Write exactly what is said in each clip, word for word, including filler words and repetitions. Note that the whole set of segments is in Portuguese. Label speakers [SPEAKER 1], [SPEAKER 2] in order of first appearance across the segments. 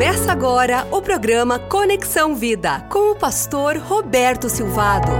[SPEAKER 1] Começa agora o programa Conexão Vida, com o pastor Roberto Silvado.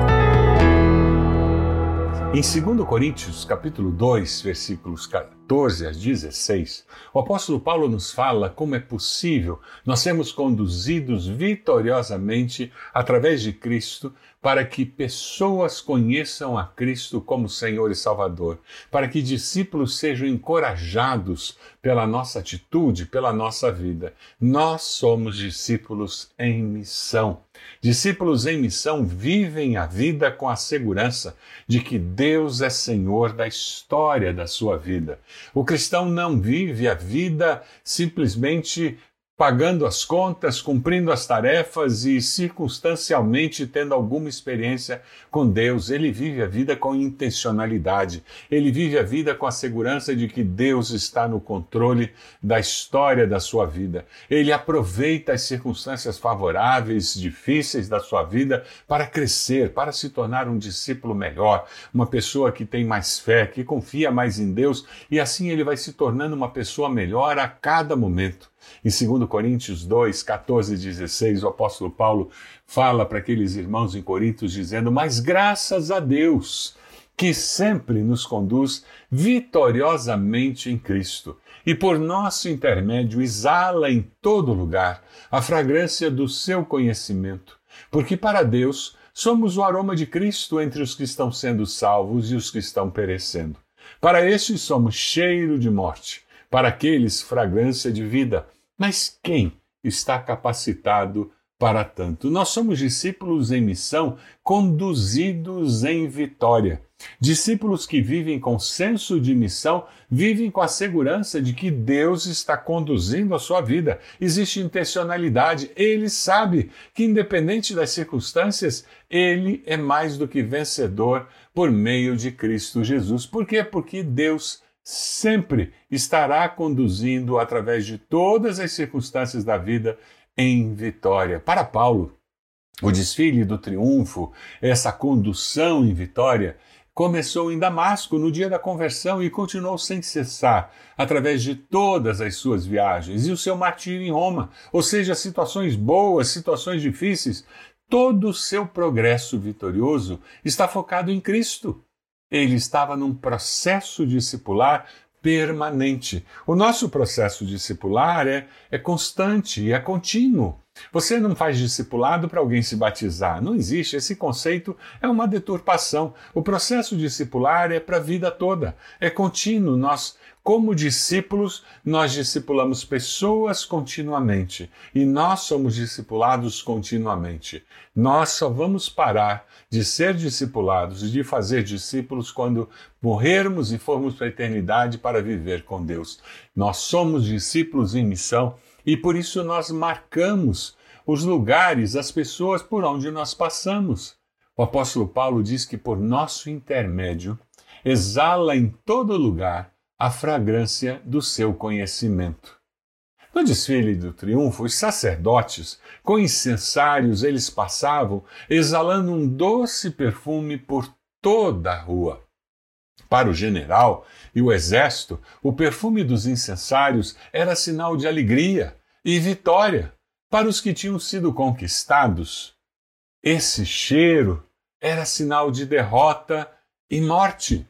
[SPEAKER 2] Em segundo Coríntios, capítulo dois, versículos catorze a dezesseis, o apóstolo Paulo nos fala como é possível nós sermos conduzidos vitoriosamente através de Cristo para que pessoas conheçam a Cristo como Senhor e Salvador, para que discípulos sejam encorajados pela nossa atitude, pela nossa vida. Nós somos discípulos em missão. Discípulos em missão vivem a vida com a segurança de que Deus é Senhor da história da sua vida. O cristão não vive a vida simplesmente pagando as contas, cumprindo as tarefas e circunstancialmente tendo alguma experiência com Deus. Ele vive a vida com intencionalidade. Ele vive a vida com a segurança de que Deus está no controle da história da sua vida. Ele aproveita as circunstâncias favoráveis, difíceis da sua vida para crescer, para se tornar um discípulo melhor, uma pessoa que tem mais fé, que confia mais em Deus, e assim ele vai se tornando uma pessoa melhor a cada momento. Em segundo Coríntios dois, catorze e dezesseis, o apóstolo Paulo fala para aqueles irmãos em Corinto dizendo: mas graças a Deus, que sempre nos conduz vitoriosamente em Cristo, e por nosso intermédio exala em todo lugar a fragrância do seu conhecimento, porque para Deus somos o aroma de Cristo entre os que estão sendo salvos e os que estão perecendo. Para estes somos cheiro de morte, para aqueles fragrância de vida. Mas quem está capacitado para tanto? Nós somos discípulos em missão, conduzidos em vitória. Discípulos que vivem com senso de missão, vivem com a segurança de que Deus está conduzindo a sua vida. Existe intencionalidade. Ele sabe que, independente das circunstâncias, ele é mais do que vencedor por meio de Cristo Jesus. Por quê? Porque Deus sempre estará conduzindo através de todas as circunstâncias da vida em vitória. Para Paulo, o desfile do triunfo, essa condução em vitória, começou em Damasco no dia da conversão e continuou sem cessar através de todas as suas viagens e o seu martírio em Roma, ou seja, situações boas, situações difíceis. Todo o seu progresso vitorioso está focado em Cristo. Ele estava num processo discipular permanente. O nosso processo discipular é, é constante e é contínuo. Você não faz discipulado para alguém se batizar. Não existe. Esse conceito é uma deturpação. O processo discipular é para a vida toda. É contínuo. Nós, como discípulos, nós discipulamos pessoas continuamente. E nós somos discipulados continuamente. Nós só vamos parar de ser discipulados e de fazer discípulos quando morrermos e formos para a eternidade para viver com Deus. Nós somos discípulos em missão e por isso nós marcamos os lugares, as pessoas por onde nós passamos. O apóstolo Paulo diz que por nosso intermédio exala em todo lugar a fragrância do seu conhecimento. No desfile do triunfo, os sacerdotes, com incensários, eles passavam exalando um doce perfume por toda a rua. Para o general e o exército, o perfume dos incensários era sinal de alegria e vitória. Para os que tinham sido conquistados, esse cheiro era sinal de derrota e morte.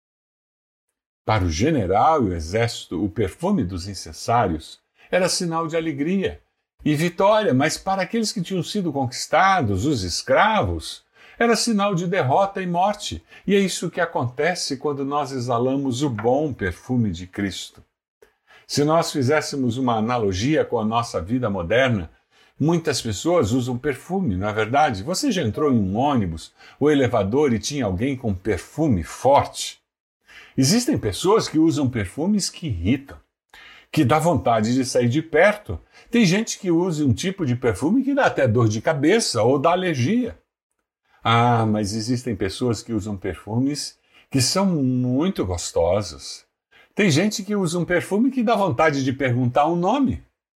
[SPEAKER 2] Para o general e o exército, o perfume dos incensários era sinal de alegria e vitória, mas para aqueles que tinham sido conquistados, os escravos, era sinal de derrota e morte. E é isso que acontece quando nós exalamos o bom perfume de Cristo. Se nós fizéssemos uma analogia com a nossa vida moderna, muitas pessoas usam perfume, não é verdade? Você já entrou em um ônibus ou elevador e tinha alguém com perfume forte? Existem pessoas que usam perfumes que irritam, que dá vontade de sair de perto. Tem gente que usa um tipo de perfume que dá até dor de cabeça ou dá alergia. Ah, mas existem pessoas que usam perfumes que são muito gostosos. Tem gente que usa um perfume que dá vontade de perguntar um nome.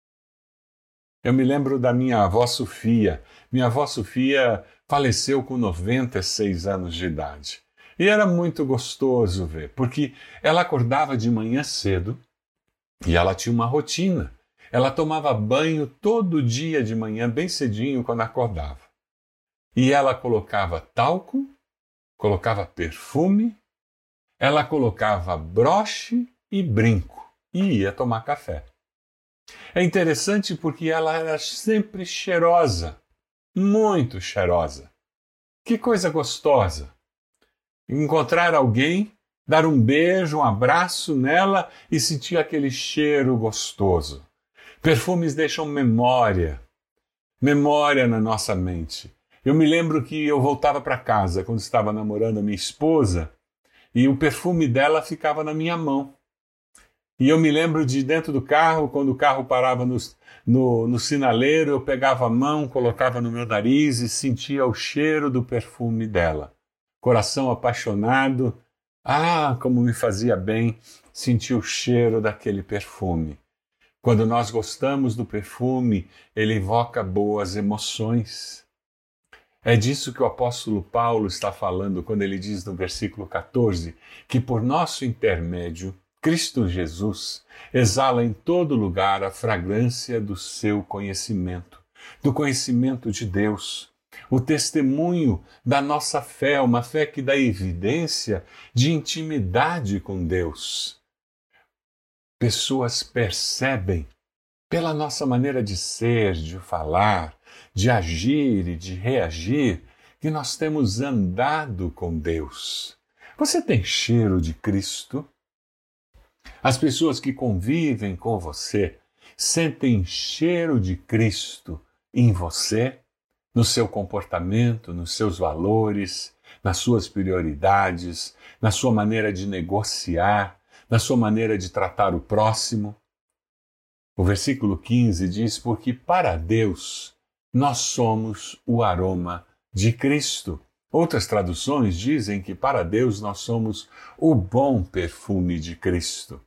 [SPEAKER 2] Eu me lembro da minha avó Sofia. Minha avó Sofia faleceu com noventa e seis anos de idade. E era muito gostoso ver, porque ela acordava de manhã cedo e ela tinha uma rotina. Ela tomava banho todo dia de manhã, bem cedinho, quando acordava. E ela colocava talco, colocava perfume, ela colocava broche e brinco e ia tomar café. É interessante porque ela era sempre cheirosa, muito cheirosa. Que coisa gostosa! Encontrar alguém, dar um beijo, um abraço nela e sentir aquele cheiro gostoso. Perfumes deixam memória, memória na nossa mente. Eu me lembro que eu voltava para casa quando estava namorando a minha esposa e o perfume dela ficava na minha mão. E eu me lembro de dentro do carro, quando o carro parava no, no, no sinaleiro, eu pegava a mão, colocava no meu nariz e sentia o cheiro do perfume dela. Coração apaixonado, ah, como me fazia bem sentir o cheiro daquele perfume. Quando nós gostamos do perfume, ele invoca boas emoções. É disso que o apóstolo Paulo está falando quando ele diz no versículo quatorze que por nosso intermédio, Cristo Jesus exala em todo lugar a fragrância do seu conhecimento, do conhecimento de Deus, o testemunho da nossa fé, uma fé que dá evidência de intimidade com Deus. Pessoas percebem, pela nossa maneira de ser, de falar, de agir e de reagir, que nós temos andado com Deus. Você tem cheiro de Cristo? As pessoas que convivem com você sentem cheiro de Cristo em você, no seu comportamento, nos seus valores, nas suas prioridades, na sua maneira de negociar, na sua maneira de tratar o próximo. O versículo quinze diz, porque para Deus nós somos o aroma de Cristo. Outras traduções dizem que para Deus nós somos o bom perfume de Cristo.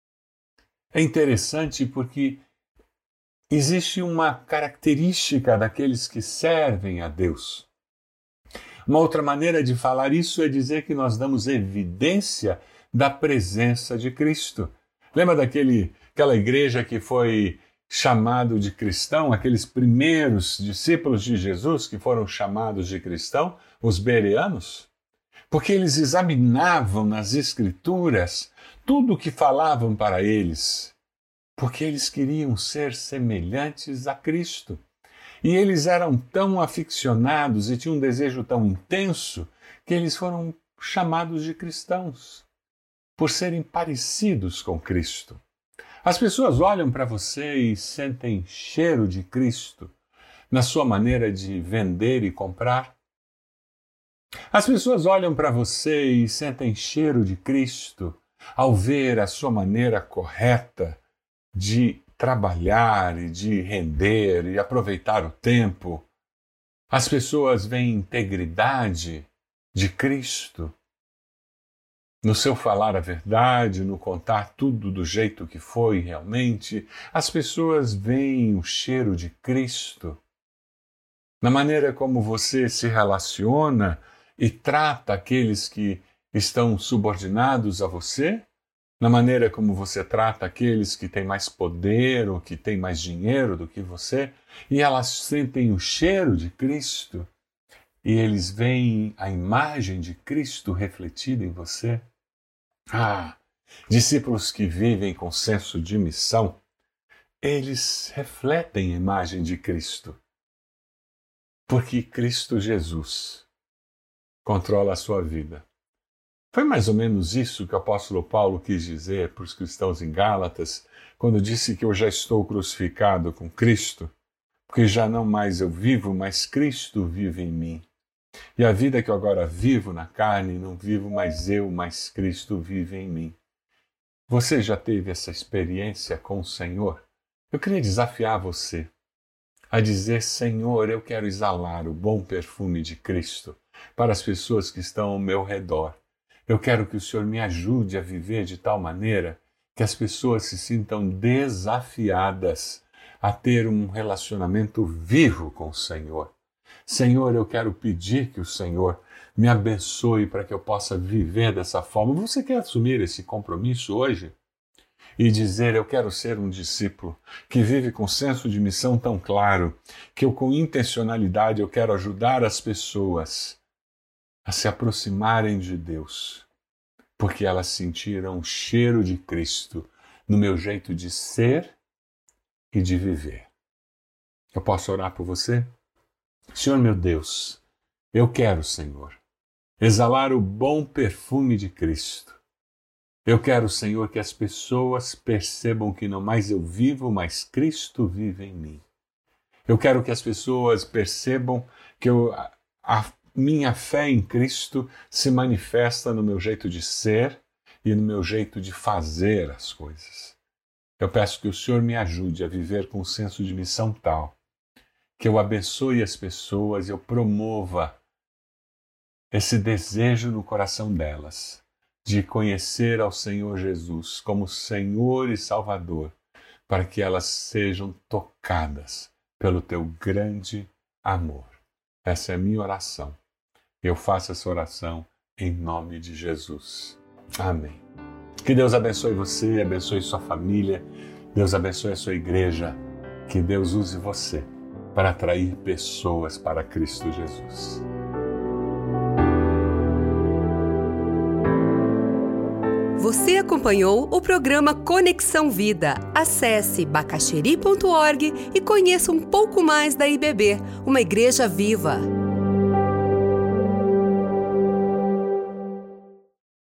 [SPEAKER 2] É interessante porque existe uma característica daqueles que servem a Deus. Uma outra maneira de falar isso é dizer que nós damos evidência da presença de Cristo. Lembra daquele, aquela igreja que foi chamado de cristão, aqueles primeiros discípulos de Jesus que foram chamados de cristão, os bereanos? Porque eles examinavam nas Escrituras tudo o que falavam para eles, porque eles queriam ser semelhantes a Cristo. E eles eram tão aficionados e tinham um desejo tão intenso que eles foram chamados de cristãos, por serem parecidos com Cristo. As pessoas olham para você e sentem cheiro de Cristo na sua maneira de vender e comprar. As pessoas olham para você e sentem cheiro de Cristo ao ver a sua maneira correta de trabalhar e de render e aproveitar o tempo. As pessoas veem integridade de Cristo no seu falar a verdade, no contar tudo do jeito que foi realmente. As pessoas veem o cheiro de Cristo na maneira como você se relaciona e trata aqueles que estão subordinados a você, na maneira como você trata aqueles que têm mais poder ou que têm mais dinheiro do que você, e elas sentem o cheiro de Cristo e eles veem a imagem de Cristo refletida em você. Ah, discípulos que vivem com senso de missão, eles refletem a imagem de Cristo, porque Cristo Jesus controla a sua vida. Foi mais ou menos isso que o apóstolo Paulo quis dizer para os cristãos em Gálatas, quando disse que eu já estou crucificado com Cristo, porque já não mais eu vivo, mas Cristo vive em mim. E a vida que eu agora vivo na carne, não vivo mais eu, mas Cristo vive em mim. Você já teve essa experiência com o Senhor? Eu queria desafiar você a dizer, Senhor, eu quero exalar o bom perfume de Cristo para as pessoas que estão ao meu redor. Eu quero que o Senhor me ajude a viver de tal maneira que as pessoas se sintam desafiadas a ter um relacionamento vivo com o Senhor. Senhor, eu quero pedir que o Senhor me abençoe para que eu possa viver dessa forma. Você quer assumir esse compromisso hoje? e dizer: eu quero ser um discípulo que vive com senso de missão tão claro, que eu com intencionalidade eu quero ajudar as pessoas a se aproximarem de Deus, porque elas sentiram o cheiro de Cristo no meu jeito de ser e de viver. Eu posso orar por você? Senhor meu Deus, eu quero, Senhor, exalar o bom perfume de Cristo. Eu quero, Senhor, que as pessoas percebam que não mais eu vivo, mas Cristo vive em mim. Eu quero que as pessoas percebam que eu, a minha fé em Cristo se manifesta no meu jeito de ser e no meu jeito de fazer as coisas. Eu peço que o Senhor me ajude a viver com um senso de missão tal, que eu abençoe as pessoas e eu promova esse desejo no coração delas de conhecer ao Senhor Jesus como Senhor e Salvador, para que elas sejam tocadas pelo teu grande amor. Essa é a minha oração. Eu faço essa oração em nome de Jesus. Amém. Que Deus abençoe você, abençoe sua família, Deus abençoe a sua igreja, que Deus use você para atrair pessoas para Cristo Jesus.
[SPEAKER 1] Você acompanhou o programa Conexão Vida. Acesse bacacheri ponto org e conheça um pouco mais da I B B, uma igreja viva.